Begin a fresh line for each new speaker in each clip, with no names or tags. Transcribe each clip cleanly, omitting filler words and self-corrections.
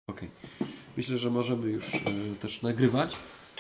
Okej. Myślę, że możemy już też nagrywać.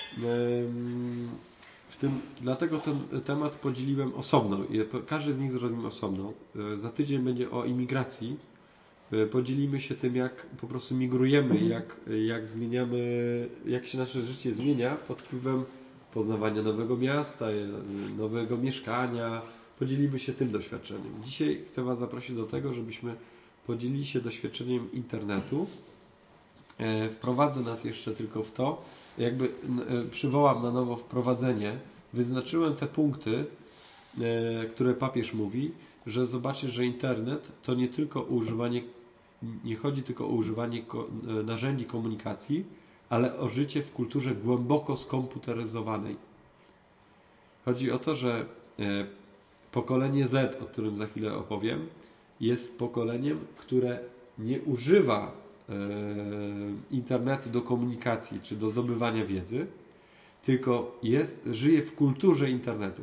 Dlatego ten temat podzieliłem osobno. Każdy z nich zrobimy osobno. Za tydzień będzie o imigracji. Podzielimy się tym, jak po prostu migrujemy, jak zmieniamy, jak się nasze życie zmienia pod wpływem poznawania nowego miasta, nowego mieszkania. Podzielimy się tym doświadczeniem. Dzisiaj chcę Was zaprosić do tego, żebyśmy podzielili się doświadczeniem internetu. Wprowadzę nas jeszcze tylko w to, przywołam na nowo wprowadzenie. Wyznaczyłem te punkty, które papież mówi, że zobaczysz, że internet to nie chodzi tylko o używanie narzędzi komunikacji, ale o życie w kulturze głęboko skomputeryzowanej. Chodzi o to, że pokolenie Z, o którym za chwilę opowiem, jest pokoleniem, które nie używa internetu do komunikacji czy do zdobywania wiedzy, tylko żyje w kulturze internetu.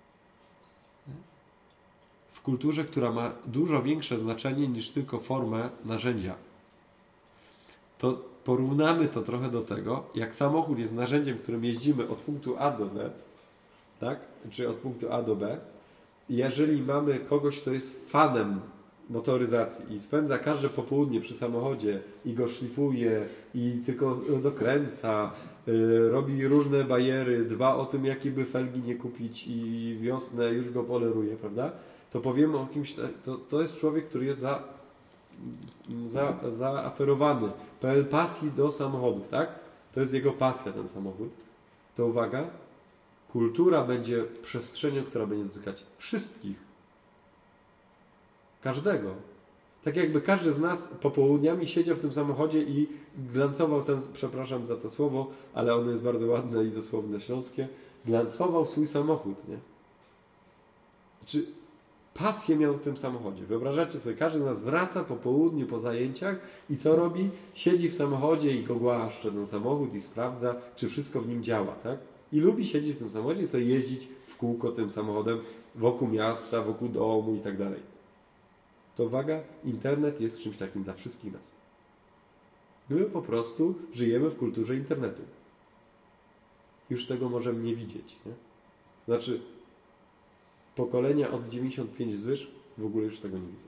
W kulturze, która ma dużo większe znaczenie niż tylko formę narzędzia. To porównamy to trochę do tego, jak samochód jest narzędziem, którym jeździmy od punktu A do Z, tak? Czy od punktu A do B. I jeżeli mamy kogoś, kto jest fanem motoryzacji i spędza każde popołudnie przy samochodzie i go szlifuje i tylko dokręca, robi różne bajery, dba o tym, jakie by felgi nie kupić i wiosnę już go poleruje, prawda? To powiemy o kimś, to jest człowiek, który jest zaaferowany, pełen pasji do samochodów, tak? To jest jego pasja, ten samochód. To uwaga, kultura będzie przestrzenią, która będzie dotykać wszystkich. Każdego. Tak jakby każdy z nas popołudniami siedział w tym samochodzie i glancował przepraszam za to słowo, ale ono jest bardzo ładne i dosłowne śląskie, glancował swój samochód, nie? Znaczy, pasję miał w tym samochodzie. Wyobrażacie sobie, każdy z nas wraca po południu, po zajęciach i co robi? Siedzi w samochodzie i go głaszcze ten samochód i sprawdza, czy wszystko w nim działa, tak? I lubi siedzieć w tym samochodzie i sobie jeździć w kółko tym samochodem wokół miasta, wokół domu i tak dalej. To uwaga, internet jest czymś takim dla wszystkich nas. My po prostu żyjemy w kulturze internetu. Już tego możemy nie widzieć. Nie? Znaczy, pokolenia od 95 wzwyż w ogóle już tego nie widzą.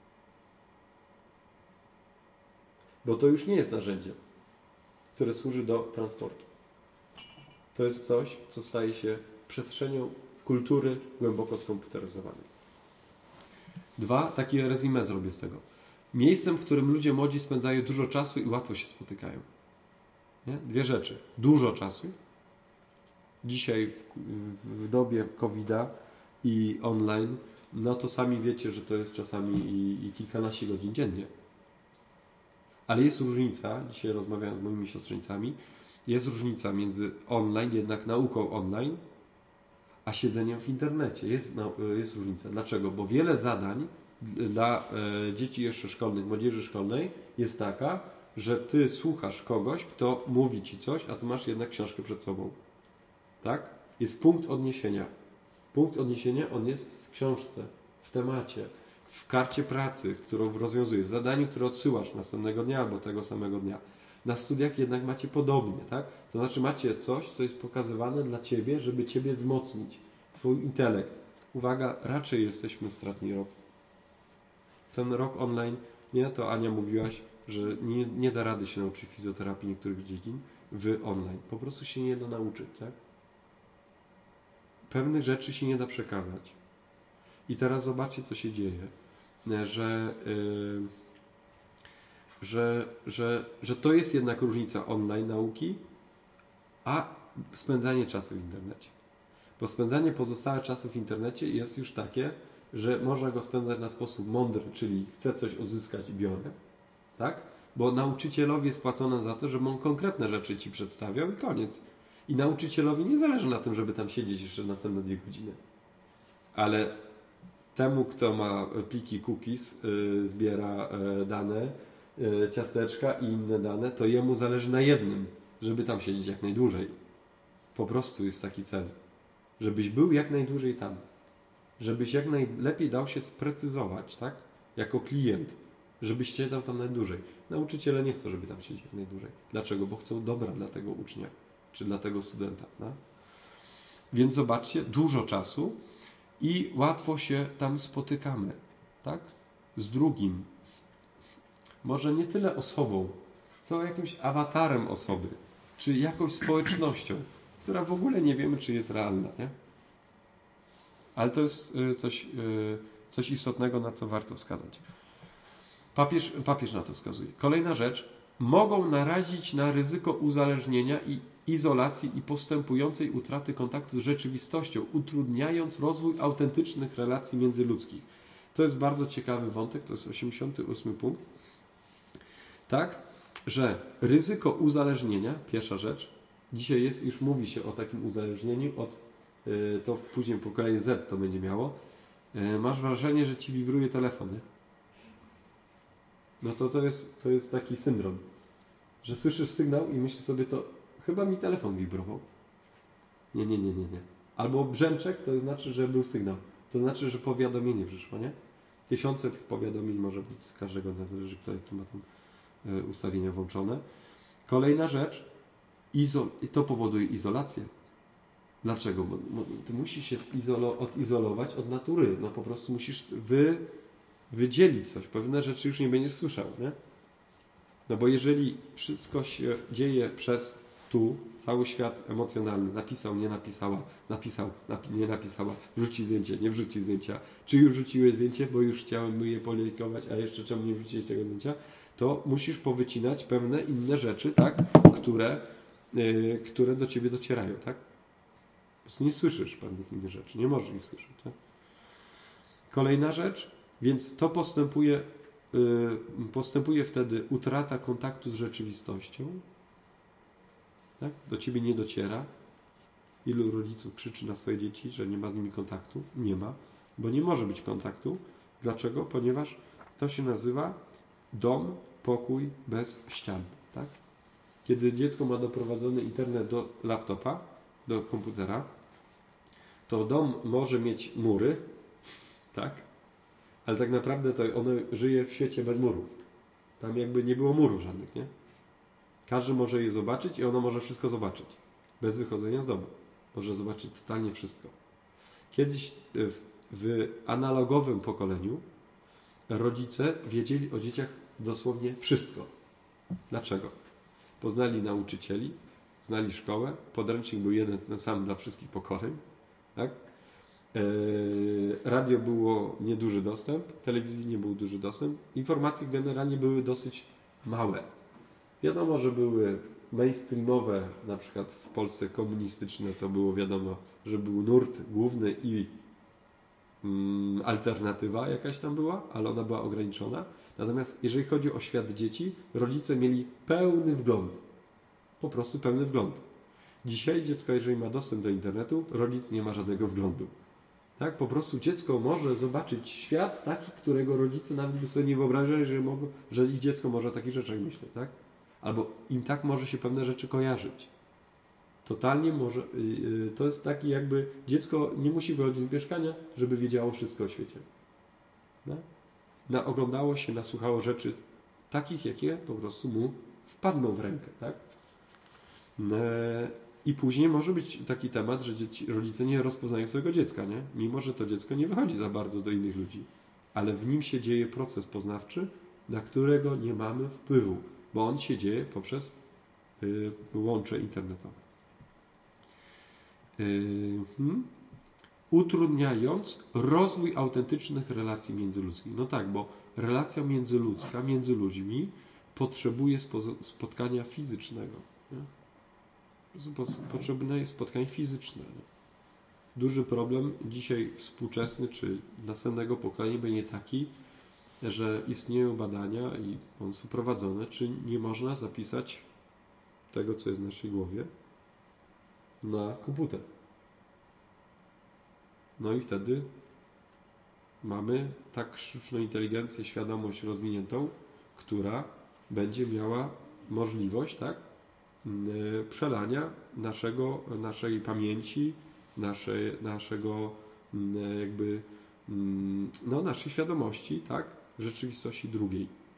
Bo to już nie jest narzędzie, które służy do transportu. To jest coś, co staje się przestrzenią kultury głęboko skomputeryzowanej. Takie resume zrobię z tego. Miejscem, w którym ludzie młodzi spędzają dużo czasu i łatwo się spotykają. Nie? Dwie rzeczy. Dużo czasu. Dzisiaj w dobie COVID-a i online, no to sami wiecie, że to jest czasami i kilkanaście godzin dziennie. Ale jest różnica, dzisiaj rozmawiałem z moimi siostrzeńcami, jest różnica między online, jednak nauką online, a siedzeniem w internecie. Jest różnica. Dlaczego? Bo wiele zadań dla dzieci jeszcze szkolnych, młodzieży szkolnej jest taka, że ty słuchasz kogoś, kto mówi ci coś, a ty masz jednak książkę przed sobą. Tak? Jest punkt odniesienia. Punkt odniesienia, on jest w książce, w temacie, w karcie pracy, którą rozwiązujesz, w zadaniu, które odsyłasz następnego dnia albo tego samego dnia. Na studiach jednak macie podobnie, tak? To znaczy macie coś, co jest pokazywane dla ciebie, żeby ciebie wzmocnić. Twój intelekt. Uwaga, raczej jesteśmy stratni rok. Ten rok online, nie? To Ania mówiłaś, że nie da rady się nauczyć fizjoterapii niektórych dziedzin w online. Po prostu się nie da nauczyć, tak? Pewnych rzeczy się nie da przekazać. I teraz zobaczcie, co się dzieje. Że to jest jednak różnica online nauki, a spędzanie czasu w internecie. Bo spędzanie pozostałych czasu w internecie jest już takie, że można go spędzać na sposób mądry, czyli chcę coś odzyskać i biorę, tak? Bo nauczycielowi jest płacone za to, żeby on konkretne rzeczy ci przedstawiał i koniec. I nauczycielowi nie zależy na tym, żeby tam siedzieć jeszcze następne 2 godziny. Ale temu, kto ma pliki cookies, zbiera dane, ciasteczka i inne dane, to jemu zależy na jednym, żeby tam siedzieć jak najdłużej. Po prostu jest taki cel. Żebyś był jak najdłużej tam. Żebyś jak najlepiej dał się sprecyzować, tak? Jako klient. żebyście tam najdłużej. Nauczyciele nie chcą, żeby tam siedzieć jak najdłużej. Dlaczego? Bo chcą dobra dla tego ucznia, czy dla tego studenta. No? Więc zobaczcie, dużo czasu i łatwo się tam spotykamy, tak? Z drugim, może nie tyle osobą, co jakimś awatarem osoby, czy jakąś społecznością, która w ogóle nie wiemy, czy jest realna, nie? Ale to jest coś istotnego, na co warto wskazać. Papież na to wskazuje. Kolejna rzecz. Mogą narazić na ryzyko uzależnienia i izolacji i postępującej utraty kontaktu z rzeczywistością, utrudniając rozwój autentycznych relacji międzyludzkich. To jest bardzo ciekawy wątek, to jest 88 punkt. Tak, że ryzyko uzależnienia, pierwsza rzecz, dzisiaj już mówi się o takim uzależnieniu, to później pokolenie Z to będzie miało. Masz wrażenie, że ci wibruje telefon, nie? No to jest taki syndrom, że słyszysz sygnał i myślisz sobie, to chyba mi telefon wibrował. Nie. Albo brzęczek, to znaczy, że był sygnał. To znaczy, że powiadomienie przyszło, nie? Tysiące tych powiadomień może być z każdego, zależy kto jaki ma tam ustawienia włączone. Kolejna rzecz, to powoduje izolację. Dlaczego? Bo ty musisz się odizolować od natury. No po prostu musisz wydzielić coś. Pewne rzeczy już nie będziesz słyszał, nie? No bo jeżeli wszystko się dzieje przez cały świat emocjonalny, napisał, nie napisała, nie napisała, wrzuci zdjęcie, nie wrzuci zdjęcia, czy już wrzuciłeś zdjęcie, bo już chciałem je polajkować, a jeszcze czemu nie wrzuciłeś tego zdjęcia, to musisz powycinać pewne inne rzeczy, tak, które do ciebie docierają, tak? Po prostu nie słyszysz pewnych innych rzeczy, nie możesz ich słyszeć, tak? Kolejna rzecz, więc to postępuje wtedy utrata kontaktu z rzeczywistością, tak? Do ciebie nie dociera. Ilu rodziców krzyczy na swoje dzieci, że nie ma z nimi kontaktu? Nie ma, bo nie może być kontaktu. Dlaczego? Ponieważ to się nazywa dom, pokój bez ścian. Tak? Kiedy dziecko ma doprowadzony internet do laptopa, do komputera, to dom może mieć mury, tak? Ale tak naprawdę to ono żyje w świecie bez murów. Tam jakby nie było murów żadnych, nie? Każdy może je zobaczyć i ono może wszystko zobaczyć. Bez wychodzenia z domu. Może zobaczyć totalnie wszystko. Kiedyś w analogowym pokoleniu rodzice wiedzieli o dzieciach dosłownie wszystko. Dlaczego? Poznali nauczycieli, znali szkołę, podręcznik był jeden ten sam dla wszystkich pokoleń, tak? Radio było nieduży dostęp, telewizji nie był duży dostęp, informacje generalnie były dosyć małe. Wiadomo, że były mainstreamowe, na przykład w Polsce komunistyczne, to było wiadomo, że był nurt główny i alternatywa jakaś tam była, ale ona była ograniczona. Natomiast jeżeli chodzi o świat dzieci, rodzice mieli pełny wgląd. Po prostu pełny wgląd. Dzisiaj dziecko, jeżeli ma dostęp do internetu, rodzic nie ma żadnego wglądu. Tak? Po prostu dziecko może zobaczyć świat taki, którego rodzice nawet by sobie nie wyobrażali, że ich dziecko może o takich rzeczach myśleć. Tak? Albo im tak może się pewne rzeczy kojarzyć. Totalnie może. To jest taki jakby dziecko nie musi wychodzić z mieszkania, żeby wiedziało wszystko o świecie. Oglądało się, nasłuchało rzeczy takich, jakie po prostu mu wpadną w rękę. Tak? I później może być taki temat, że rodzice nie rozpoznają swojego dziecka, nie? Mimo że to dziecko nie wychodzi za bardzo do innych ludzi. Ale w nim się dzieje proces poznawczy, na którego nie mamy wpływu, bo on się dzieje poprzez łącze internetowe. Utrudniając rozwój autentycznych relacji międzyludzkich. No tak, bo relacja międzyludzka, między ludźmi potrzebuje spotkania fizycznego. Nie? Potrzebne jest spotkanie fizyczne. Nie? Duży problem dzisiaj współczesny, czy następnego pokolenia będzie taki, że istnieją badania i one są prowadzone, czy nie można zapisać tego, co jest w naszej głowie, na komputer. No i wtedy mamy tak sztuczną inteligencję, świadomość rozwiniętą, która będzie miała możliwość, tak, przelania naszej pamięci, naszego jakby, naszej świadomości, tak, w rzeczywistości drugiej.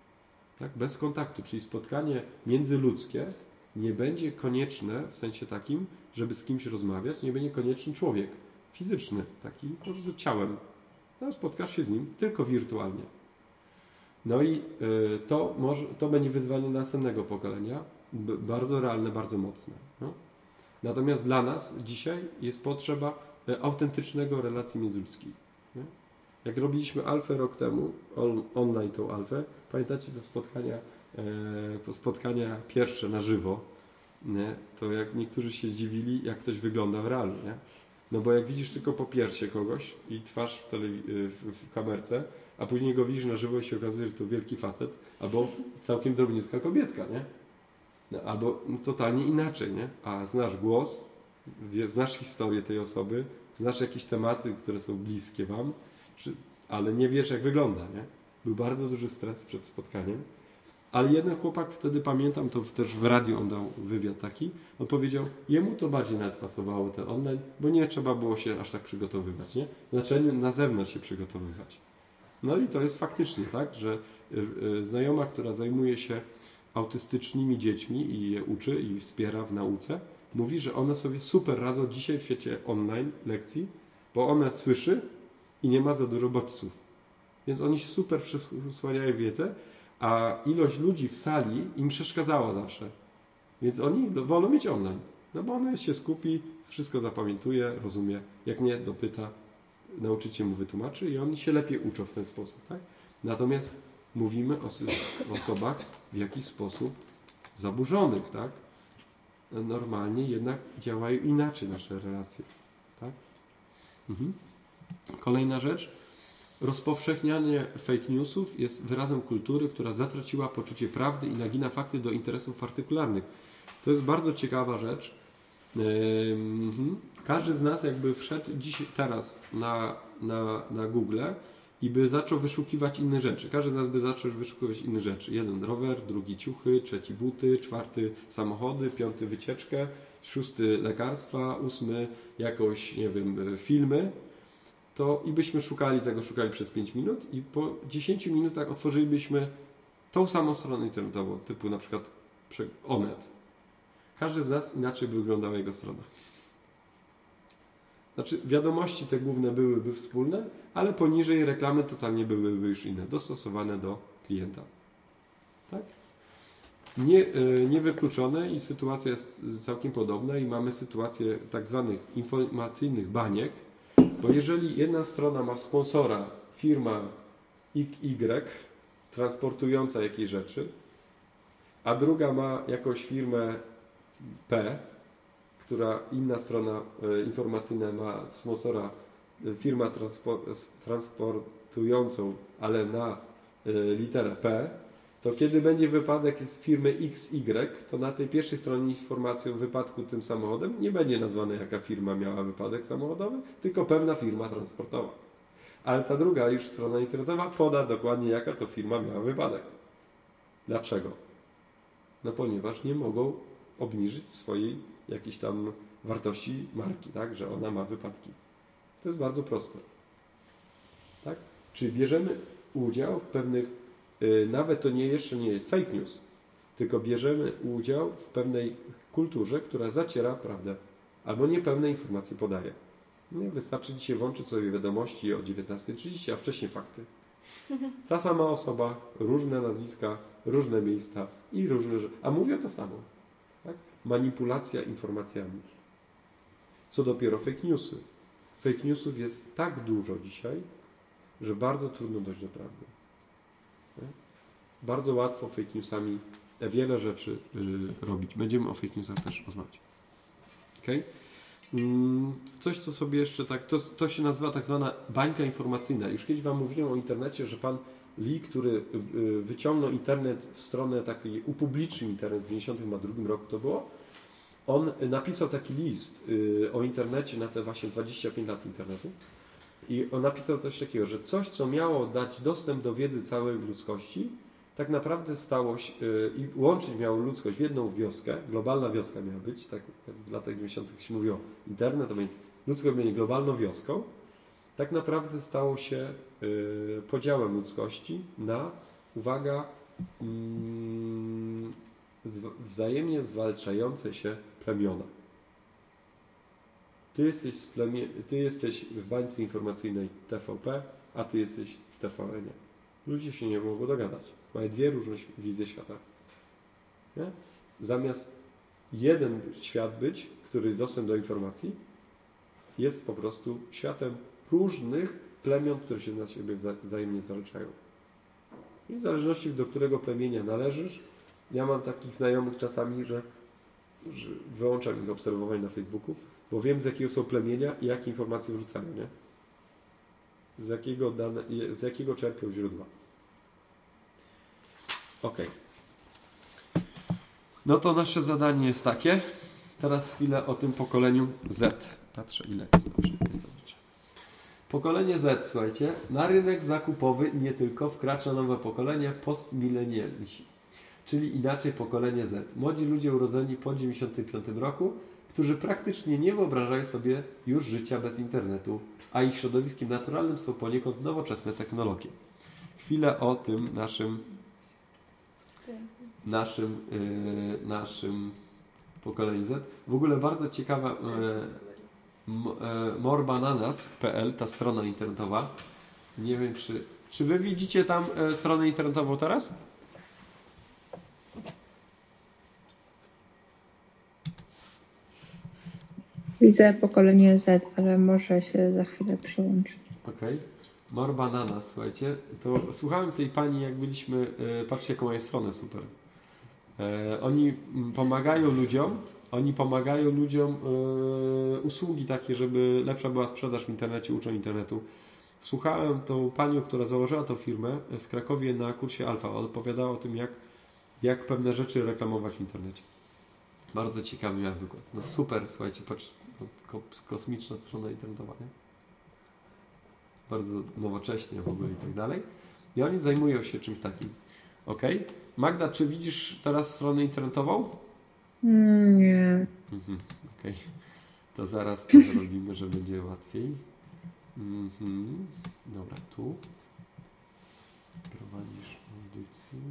Tak? Bez kontaktu, czyli spotkanie międzyludzkie nie będzie konieczne w sensie takim, żeby z kimś rozmawiać, nie będzie konieczny człowiek fizyczny, taki po prostu ciałem. No, spotkasz się z nim tylko wirtualnie. No i to będzie wyzwanie następnego pokolenia, bardzo realne, bardzo mocne. No. Natomiast dla nas dzisiaj jest potrzeba autentycznego relacji międzyludzkiej. Nie? Jak robiliśmy alfę rok temu, online tą alfę, pamiętacie te spotkania pierwsze na żywo, nie? To jak niektórzy się zdziwili, jak ktoś wygląda w realu. Nie? No bo jak widzisz tylko po piersie kogoś i twarz w kamerce, a później go widzisz na żywo i się okazuje, że to wielki facet, albo całkiem drobniutka kobietka, nie? No, albo totalnie inaczej, nie? A znasz głos, znasz historię tej osoby, znasz jakieś tematy, które są bliskie wam, ale nie wiesz, jak wygląda, nie? Był bardzo duży stres przed spotkaniem, ale jeden chłopak wtedy, pamiętam, to też w radiu on dał wywiad taki, on powiedział, jemu to bardziej nawet pasowało ten online, bo nie trzeba było się aż tak przygotowywać, nie? Znaczy na zewnątrz się przygotowywać. No i to jest faktycznie tak, że znajoma, która zajmuje się autystycznymi dziećmi i je uczy i wspiera w nauce, mówi, że one sobie super radzą dzisiaj w świecie online lekcji, bo ona słyszy i nie ma za dużo bodźców. Więc oni super przysłaniają wiedzę, a ilość ludzi w sali im przeszkadzała zawsze. Więc oni wolą mieć online. No bo ona się skupi, wszystko zapamiętuje, rozumie. Jak nie, dopyta, nauczyciel mu wytłumaczy i oni się lepiej uczą w ten sposób. Tak? Natomiast mówimy o osobach w jakiś sposób zaburzonych. Tak? Normalnie jednak działają inaczej nasze relacje. Tak? Kolejna rzecz. Rozpowszechnianie fake newsów jest wyrazem kultury, która zatraciła poczucie prawdy i nagina fakty do interesów partykularnych. To jest bardzo ciekawa rzecz. Każdy z nas jakby wszedł teraz na Google i by zaczął wyszukiwać inne rzeczy. Każdy z nas by zaczął wyszukiwać inne rzeczy. Jeden rower, drugi ciuchy, trzeci buty, czwarty samochody, piąty wycieczkę, szósty lekarstwa, ósmy jakoś, nie wiem, filmy. I byśmy szukali przez 5 minut i po 10 minutach otworzylibyśmy tą samą stronę internetową, typu na przykład Onet. Każdy z nas inaczej by wyglądała jego strona. Znaczy wiadomości te główne byłyby wspólne, ale poniżej reklamy totalnie byłyby już inne, dostosowane do klienta. Tak? Niewykluczone i sytuacja jest całkiem podobna i mamy sytuację tak zwanych informacyjnych baniek, bo jeżeli jedna strona ma sponsora, firma Y, transportująca jakieś rzeczy, a druga ma jakąś firmę P, która inna strona informacyjna ma sponsora, firma transportującą, ale na literę P, to kiedy będzie wypadek z firmy XY, to na tej pierwszej stronie informacji o wypadku tym samochodem nie będzie nazwane, jaka firma miała wypadek samochodowy, tylko pewna firma transportowa. Ale ta druga już strona internetowa poda dokładnie, jaka to firma miała wypadek. Dlaczego? No ponieważ nie mogą obniżyć swojej jakiejś tam wartości marki, tak, że ona ma wypadki. To jest bardzo proste. Tak? Czyli bierzemy udział w pewnych, nawet to jeszcze nie jest fake news, tylko bierzemy udział w pewnej kulturze, która zaciera prawdę, albo niepewne informacje podaje. Nie, wystarczy dzisiaj włączyć sobie wiadomości o 19:30, a wcześniej fakty. Ta sama osoba, różne nazwiska, różne miejsca i różne rzeczy, a mówią to samo. Tak? Manipulacja informacjami. Co dopiero fake newsy. Fake newsów jest tak dużo dzisiaj, że bardzo trudno dojść do prawdy. Tak? Bardzo łatwo fake newsami wiele rzeczy robić. Będziemy o fake newsach też rozmawiać. Okay? Coś, co sobie jeszcze tak, to się nazywa tak zwana bańka informacyjna. Już kiedyś Wam mówiłem o internecie, że pan Lee, który wyciągnął internet w stronę takiej, upublicznił internet w 1992 roku to było, on napisał taki list o internecie na te właśnie 25 lat internetu i on napisał coś takiego, że coś, co miało dać dostęp do wiedzy całej ludzkości, tak naprawdę stało się i łączyć miało ludzkość w jedną wioskę, globalna wioska miała być, tak w latach 90. się mówiło, internet, to będzie ludzkość będzie globalną wioską, tak naprawdę stało się podziałem ludzkości na, uwaga, Wzajemnie zwalczające się plemiona. Ty jesteś w bańce informacyjnej TVP, a ty jesteś w TVN-ie. Ludzie się nie mogą dogadać. Mają dwie różne wizje świata. Nie? Zamiast jeden świat być, który dostęp do informacji, jest po prostu światem różnych plemion, które się na siebie wzajemnie zwalczają. I w zależności do którego plemienia należysz, ja mam takich znajomych czasami, że wyłączam ich obserwowanie na Facebooku, bo wiem, z jakiego są plemienia i jakie informacje wrzucają, nie? Z jakiego czerpią źródła. Ok. No to nasze zadanie jest takie. Teraz chwilę o tym pokoleniu Z. Patrzę, ile jest dobrze czas. Pokolenie Z, słuchajcie, na rynek zakupowy i nie tylko wkracza nowe pokolenie postmilenialsi, czyli inaczej pokolenie Z. Młodzi ludzie urodzeni po 1995 roku, którzy praktycznie nie wyobrażają sobie już życia bez internetu, a ich środowiskiem naturalnym są poniekąd nowoczesne technologie. Chwilę o tym naszym pokoleniu Z. W ogóle bardzo ciekawa morebananas.pl, ta strona internetowa. Nie wiem, czy wy widzicie tam stronę internetową teraz?
Widzę pokolenie Z, ale może się za chwilę przyłączyć.
Okej. Morebananas, słuchajcie. To słuchałem tej pani, jak byliśmy. Patrzcie, jaką mają stronę super. Oni pomagają ludziom usługi takie, żeby lepsza była sprzedaż w internecie, uczą internetu. Słuchałem tą panią, która założyła tą firmę w Krakowie na kursie Alfa. Opowiadała o tym, jak pewne rzeczy reklamować w internecie. Bardzo ciekawy miał wykład. No super, słuchajcie, patrz, kosmiczna strona internetowa, nie? Bardzo nowocześnie w ogóle i tak dalej. I oni zajmują się czymś takim. Ok? Magda, czy widzisz teraz stronę internetową?
Nie.
Ok. To zaraz to zrobimy, że będzie łatwiej. Dobra, tu. Prowadzisz audycję.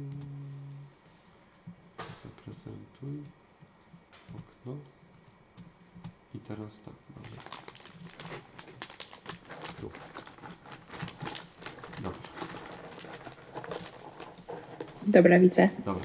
Zaprezentuj. Okno. I teraz tak. Mamy. Tu. Dobra.
Dobra, widzę.
Dobra.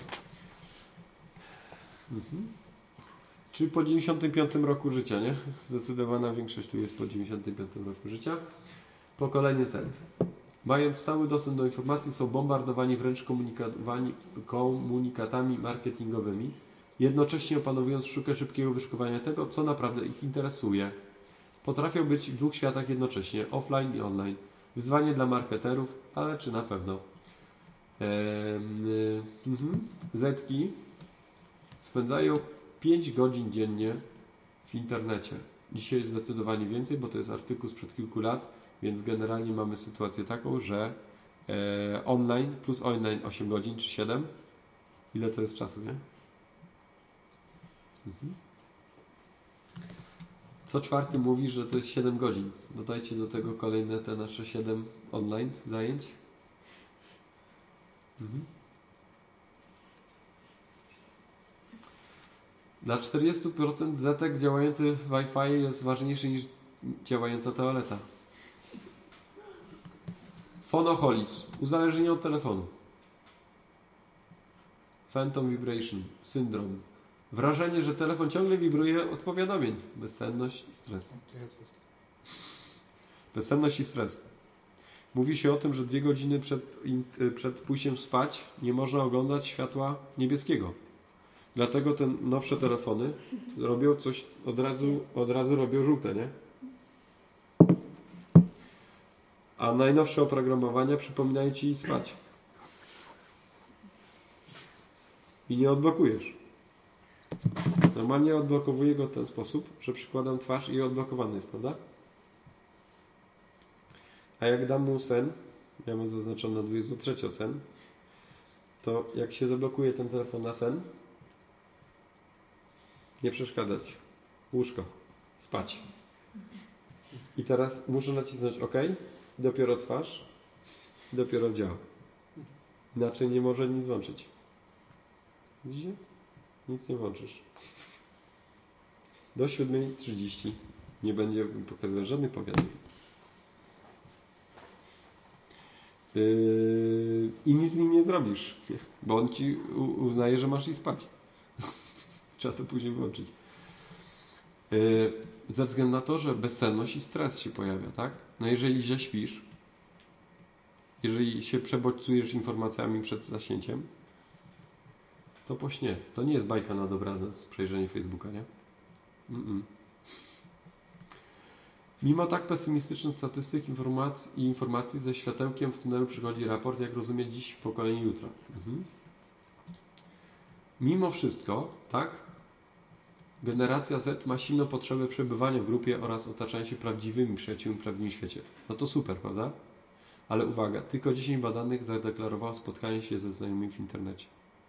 Czy po 95 roku życia, nie? Zdecydowana większość tu jest po 95 roku życia. Pokolenie Z. Mając stały dostęp do informacji, są bombardowani wręcz komunikatami marketingowymi, jednocześnie opanowując sztukę szybkiego wyszukiwania tego, co naprawdę ich interesuje. Potrafią być w dwóch światach jednocześnie, offline i online. Wyzwanie dla marketerów, ale czy na pewno? Zetki spędzają 5 godzin dziennie w internecie. Dzisiaj jest zdecydowanie więcej, bo to jest artykuł sprzed kilku lat, więc generalnie mamy sytuację taką, że online plus online 8 godzin czy 7. Ile to jest czasu, nie? Co czwarty mówi, że to jest 7 godzin. Dodajcie do tego kolejne te nasze 7 online zajęć. Dla 40% zetek działający Wi-Fi jest ważniejszy niż działająca toaleta. Phonoholis. Uzależnienie od telefonu. Phantom vibration. Syndrom. Wrażenie, że telefon ciągle wibruje od powiadomień. Bezsenność i stres. Bezsenność i stres. Mówi się o tym, że 2 godziny przed pójściem spać nie można oglądać światła niebieskiego. Dlatego te nowsze telefony robią coś, od razu robią żółte, nie? A najnowsze oprogramowania przypominają Ci spać. I nie odblokujesz. Normalnie odblokowuję go w ten sposób, że przykładam twarz i odblokowany jest, prawda? A jak dam mu sen, ja mam zaznaczone na 23 sen, to jak się zablokuje ten telefon na sen, nie przeszkadzać. Łóżko. Spać. I teraz muszę nacisnąć OK. Dopiero twarz. Dopiero działa. Inaczej nie może nic włączyć. Widzicie? Nic nie włączysz. Do 7:30 nie będzie pokazywać żadnych powiadomień. I nic z nim nie zrobisz, bo on ci uznaje, że masz iść spać. Trzeba to później włączyć. Ze względu na to, że bezsenność i stres się pojawia, tak? No jeżeli źle śpisz, jeżeli się przebodźcujesz informacjami przed zaśnięciem, to po śnie. To nie jest bajka na dobranoc, przejrzenie Facebooka, nie? Mimo tak pesymistycznych statystyk i informacji ze światełkiem w tunelu przychodzi raport, jak rozumie dziś pokolenie jutra. Mimo wszystko, tak? Generacja Z ma silną potrzebę przebywania w grupie oraz otaczania się prawdziwymi przyjaciółmi w prawdziwym świecie. No to super, prawda? Ale uwaga, tylko 10 badanych zadeklarowało spotkanie się ze znajomymi w internecie.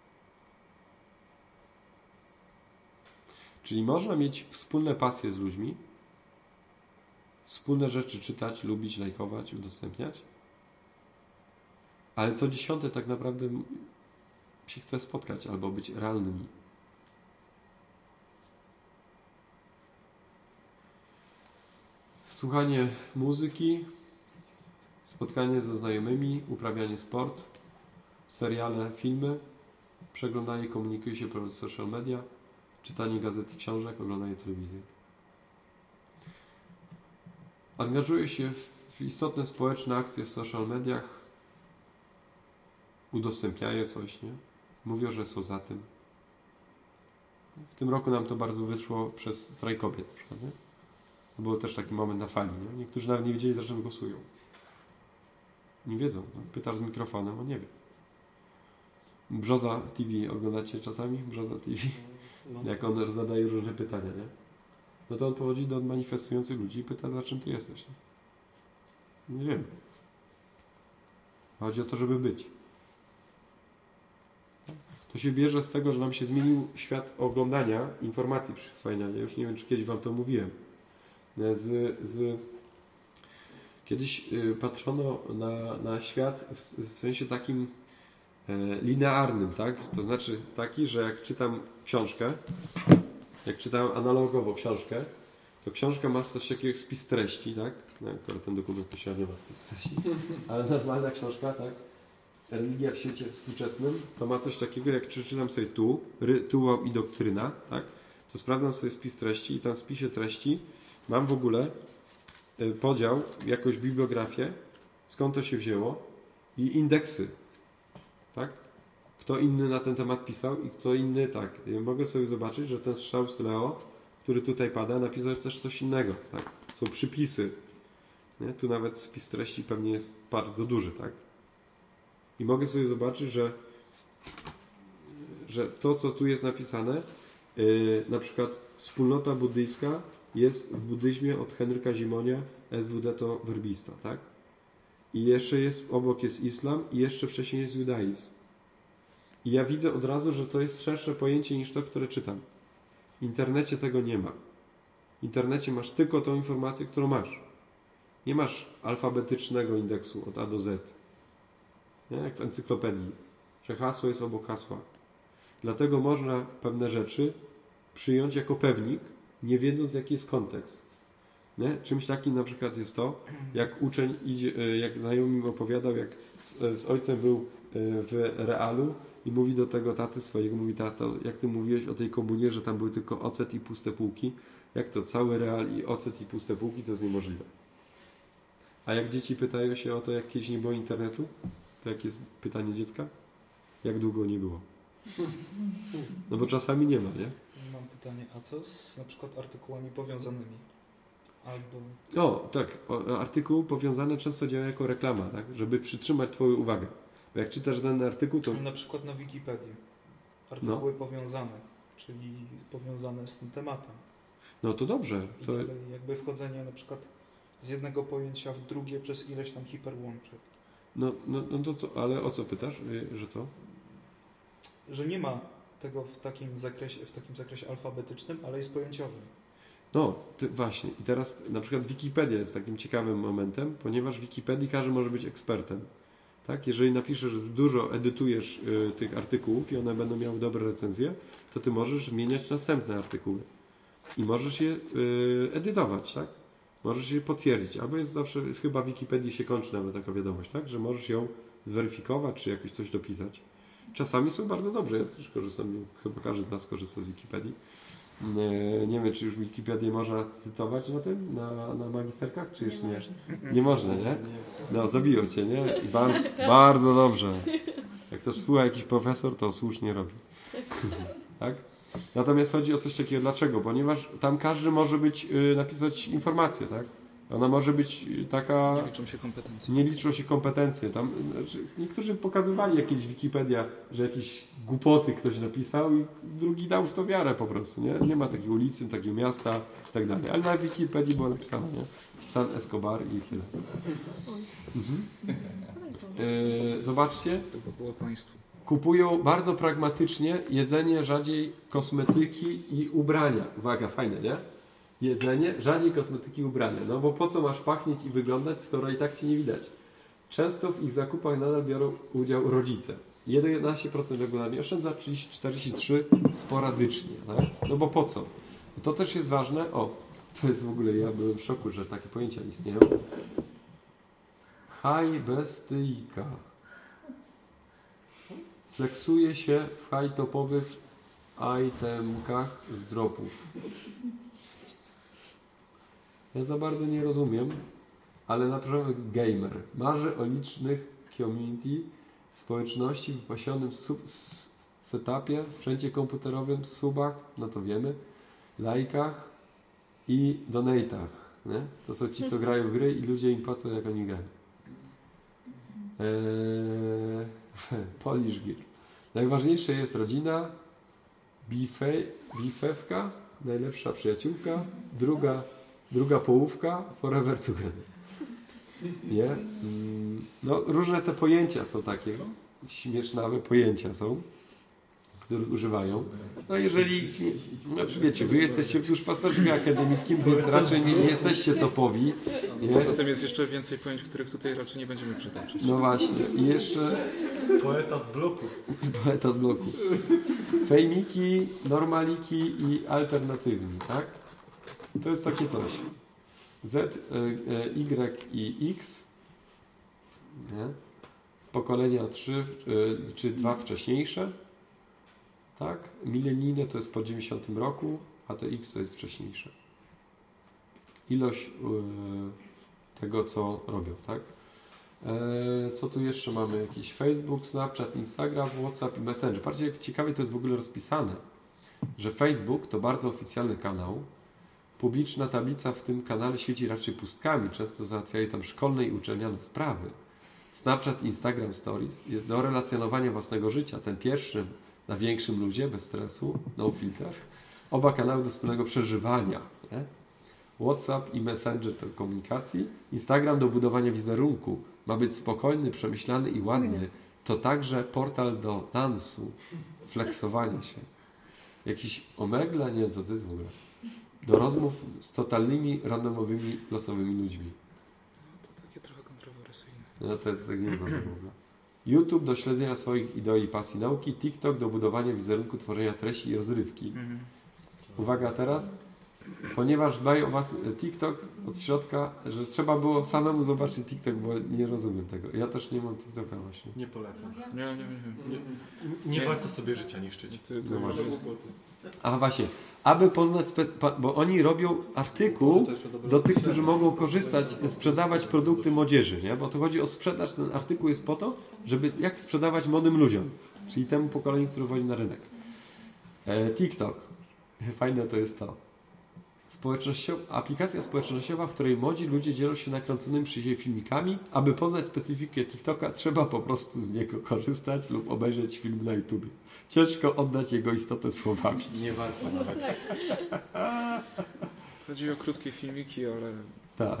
Czyli można mieć wspólne pasje z ludźmi, wspólne rzeczy czytać, lubić, lajkować, udostępniać, ale co 10 tak naprawdę się chce spotkać albo być realnymi. Słuchanie muzyki, spotkanie ze znajomymi, uprawianie sport, seriale, filmy, przeglądanie, komunikuje się przez social media, czytanie gazet i książek, oglądanie telewizji. Angażuje się w istotne społeczne akcje w social mediach, udostępniają coś, nie? Mówią, że są za tym. W tym roku nam to bardzo wyszło przez strajk kobiet, nie? To był też taki moment na fali, nie? Niektórzy nawet nie wiedzieli, za czym głosują. Nie wiedzą. No? Pytasz z mikrofonem, on nie wie. Brzoza TV oglądacie czasami? Brzoza TV? Jak on zadaje różne pytania, nie? No to on podchodzi do manifestujących ludzi i pyta, za czym ty jesteś. Nie wiem. Chodzi o to, żeby być. To się bierze z tego, że nam się zmienił świat oglądania, informacji przyswajania. Już nie wiem, czy kiedyś wam to mówiłem. Kiedyś patrzono na świat w sensie takim linearnym, tak? To znaczy taki, że jak czytam książkę, jak czytam analogowo książkę, to książka ma coś takiego jak spis treści, tak? No, akurat ten dokument to nie ma spis treści, ale normalna książka, tak? Religia w świecie współczesnym, to ma coś takiego, jak czytam sobie tu, rytuał i doktryna, tak? To sprawdzam sobie spis treści i tam w spisie treści mam w ogóle podział, jakąś bibliografię, skąd to się wzięło i indeksy, tak? Kto inny na ten temat pisał i kto inny tak. I mogę sobie zobaczyć, że ten strzał z Leo, który tutaj pada, napisał też coś innego, tak? Są przypisy. Nie? Tu nawet spis treści pewnie jest bardzo duży, tak? I mogę sobie zobaczyć, że to, co tu jest napisane, na przykład wspólnota buddyjska jest w buddyzmie od Henryka Zimonia, SWD to werbista, tak? I jeszcze obok jest islam i jeszcze wcześniej jest judaizm. I ja widzę od razu, że to jest szersze pojęcie niż to, które czytam. W internecie tego nie ma. W internecie masz tylko tą informację, którą masz. Nie masz alfabetycznego indeksu od A do Z. Nie? Jak w encyklopedii, że hasło jest obok hasła. Dlatego można pewne rzeczy przyjąć jako pewnik, nie wiedząc, jaki jest kontekst. Nie? Czymś takim na przykład jest to, jak uczeń idzie, jak znajomy mi opowiadał, jak z ojcem był w Realu i mówi do tego taty swojego, mówi: tato, jak ty mówiłeś o tej komunie, że tam były tylko ocet i puste półki, jak to cały Real i ocet i puste półki, to jest niemożliwe. A jak dzieci pytają się o to, jak kiedyś nie było internetu, to jakie jest pytanie dziecka? Jak długo nie było? No bo czasami nie ma, nie?
Mam pytanie, a co z na przykład artykułami powiązanymi? Albo...
O, tak. Artykuł powiązany często działa jako reklama, tak? Żeby przytrzymać twoją uwagę. Bo jak czytasz dany artykuł, to...
Na przykład na Wikipedii. Artykuły powiązane, czyli powiązane z tym tematem.
No to dobrze.
I
To...
dalej jakby wchodzenie na przykład z jednego pojęcia w drugie przez ileś tam hiperłączek.
No to co? Ale o co pytasz? Że co?
Że nie ma tego w takim zakresie alfabetycznym, ale jest pojęciowym.
No, właśnie. I teraz na przykład Wikipedia jest takim ciekawym momentem, ponieważ w Wikipedii każdy może być ekspertem. Tak? Jeżeli napiszesz dużo, edytujesz tych artykułów i one będą miały dobre recenzje, to ty możesz zmieniać następne artykuły i możesz je edytować, tak? Możesz je potwierdzić, albo jest zawsze, chyba w Wikipedii się kończy nawet taka wiadomość, tak? Że możesz ją zweryfikować, czy jakoś coś dopisać. Czasami są bardzo dobrze, ja też korzystam, chyba każdy z nas korzysta z Wikipedii. Nie wiem, czy już Wikipedię można cytować na tym, na magisterkach, czy jeszcze nie? Nie można, nie? No, zabiją cię, nie? I bardzo dobrze. Jak to słucha jakiś profesor, to słusznie robi. Tak? Natomiast chodzi o coś takiego, dlaczego? Ponieważ tam każdy może napisać informację, tak? Ona może być taka...
Nie liczą się kompetencje.
Nie liczą się kompetencje. Tam, znaczy, niektórzy pokazywali jakieś Wikipedia, że jakieś głupoty ktoś napisał i drugi dał w to wiarę po prostu, nie? Nie ma takiej ulicy, takiego miasta i tak dalej. Ale na Wikipedii było napisane, nie? San Escobar i tyle. Zobaczcie.
To by było państwo.
Kupują bardzo pragmatycznie jedzenie, rzadziej kosmetyki i ubrania. Uwaga, fajne, nie? Jedzenie, rzadziej kosmetyki i ubrania. No bo po co masz pachnieć i wyglądać, skoro i tak cię nie widać? Często w ich zakupach nadal biorą udział rodzice. 11% regularnie oszczędza, 43% sporadycznie. Tak? No bo po co? To też jest ważne. O, to jest w ogóle, ja byłem w szoku, że takie pojęcia istnieją. High-bestyjka. Fleksuje się w high-topowych itemkach z dropów. Ja za bardzo nie rozumiem, ale na przykład gamer. Marzy o licznych community, społeczności wypasionym setupie, sprzęcie komputerowym, subach, no to wiemy, lajkach i donatach. Nie? To są ci, co grają w gry i ludzie im płacą, jak oni grają. Polish Gear. Najważniejsze jest rodzina, bifewka, najlepsza przyjaciółka, druga połówka, forever together. Nie? No, różne te pojęcia są takie, śmiesznawe pojęcia są, których używają. No jeżeli, znaczy wiecie, wy jesteście w duszpasterstwie akademickim, więc raczej nie jesteście topowi. Nie?
Poza tym jest jeszcze więcej pojęć, których tutaj raczej nie będziemy przytaczać.
No właśnie. I jeszcze...
Poeta z bloków.
Poeta z bloku. Fejmiki, normaliki i alternatywni, tak? To jest takie coś. Z, Y i X. Nie? Pokolenia 3 czy 2 wcześniejsze. Tak? Milenijne to jest po 90 roku, a to X to jest wcześniejsze. Ilość tego, co robią, tak? Co tu jeszcze mamy? Jakiś Facebook, Snapchat, Instagram, WhatsApp i Messenger. Patrzcie, jak ciekawie to jest w ogóle rozpisane, że Facebook to bardzo oficjalny kanał. Publiczna tablica w tym kanale świeci raczej pustkami. Często załatwiają tam szkolne i uczelniane sprawy. Snapchat, Instagram Stories jest do relacjonowania własnego życia. Ten pierwszy na większym luzie, bez stresu, no filter. Oba kanały do wspólnego przeżywania. Nie? WhatsApp i Messenger do komunikacji. Instagram do budowania wizerunku. Ma być spokojny, przemyślany i ładny. To także portal do dansu, flexowania się. Jakiś omegle? Nie wiem, co to jest w ogóle. Do rozmów z totalnymi, randomowymi, losowymi ludźmi.
No to takie trochę kontrowersyjne.
No to jest tak nie znam w ogóle. YouTube do śledzenia swoich idei i pasji nauki. TikTok do budowania wizerunku, tworzenia treści i rozrywki. Uwaga teraz. Ponieważ dbają o Was TikTok od środka, że trzeba było samemu zobaczyć TikTok, bo nie rozumiem tego. Ja też nie mam TikToka właśnie.
Nie polecam.
Nie.
Nie warto sobie życia niszczyć.
No właśnie. A właśnie, aby poznać, bo oni robią artykuł do tych, którzy mogą korzystać, sprzedawać produkty młodzieży, nie? Bo to chodzi o sprzedaż, ten artykuł jest po to, żeby jak sprzedawać młodym ludziom, czyli temu pokoleniu, które wchodzi na rynek. TikTok. Fajne to jest to. Aplikacja społecznościowa, w której młodzi ludzie dzielą się nakręconymi przy siebie filmikami. Aby poznać specyfikę TikToka, trzeba po prostu z niego korzystać lub obejrzeć film na YouTube. Ciężko oddać jego istotę słowami.
Nie warto nawet.
Chodzi o krótkie filmiki, ale...
Tak.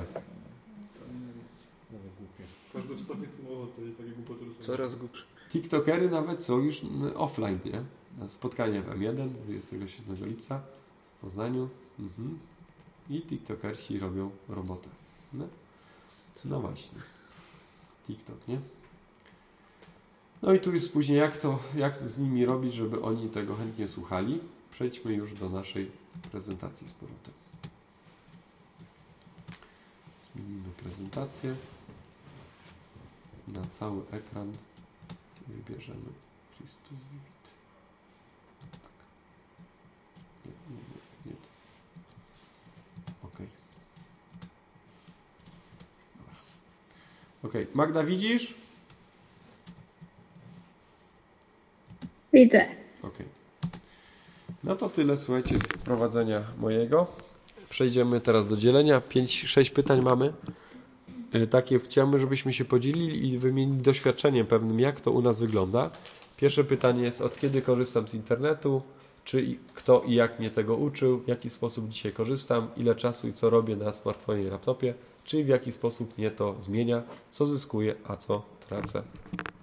Nawet głupie.
Każdy wstawiec mowa to i takie głupoty rozumie.
Coraz głupsze.
TikTokery nawet są już offline, nie? Na spotkanie w M1 27 lipca w Poznaniu. I TikTokersi robią robotę. No właśnie. TikTok, nie? No i tu jest później jak z nimi robić, żeby oni tego chętnie słuchali. Przejdźmy już do naszej prezentacji z powrotem. Zmienimy prezentację na cały ekran i wybierzemy Christus Vivit. Tak. Nie to. OK. OK. Magda, widzisz?
Widzę.
OK. No to tyle, słuchajcie, z wprowadzenia mojego. Przejdziemy teraz do dzielenia. 5-6 pytań mamy. Takie chciałbym, żebyśmy się podzielili i wymienili doświadczeniem pewnym, jak to u nas wygląda. Pierwsze pytanie jest, od kiedy korzystam z internetu, kto i jak mnie tego uczył, w jaki sposób dzisiaj korzystam, ile czasu i co robię na smartfonie i laptopie, czyli w jaki sposób mnie to zmienia, co zyskuję, a co tracę.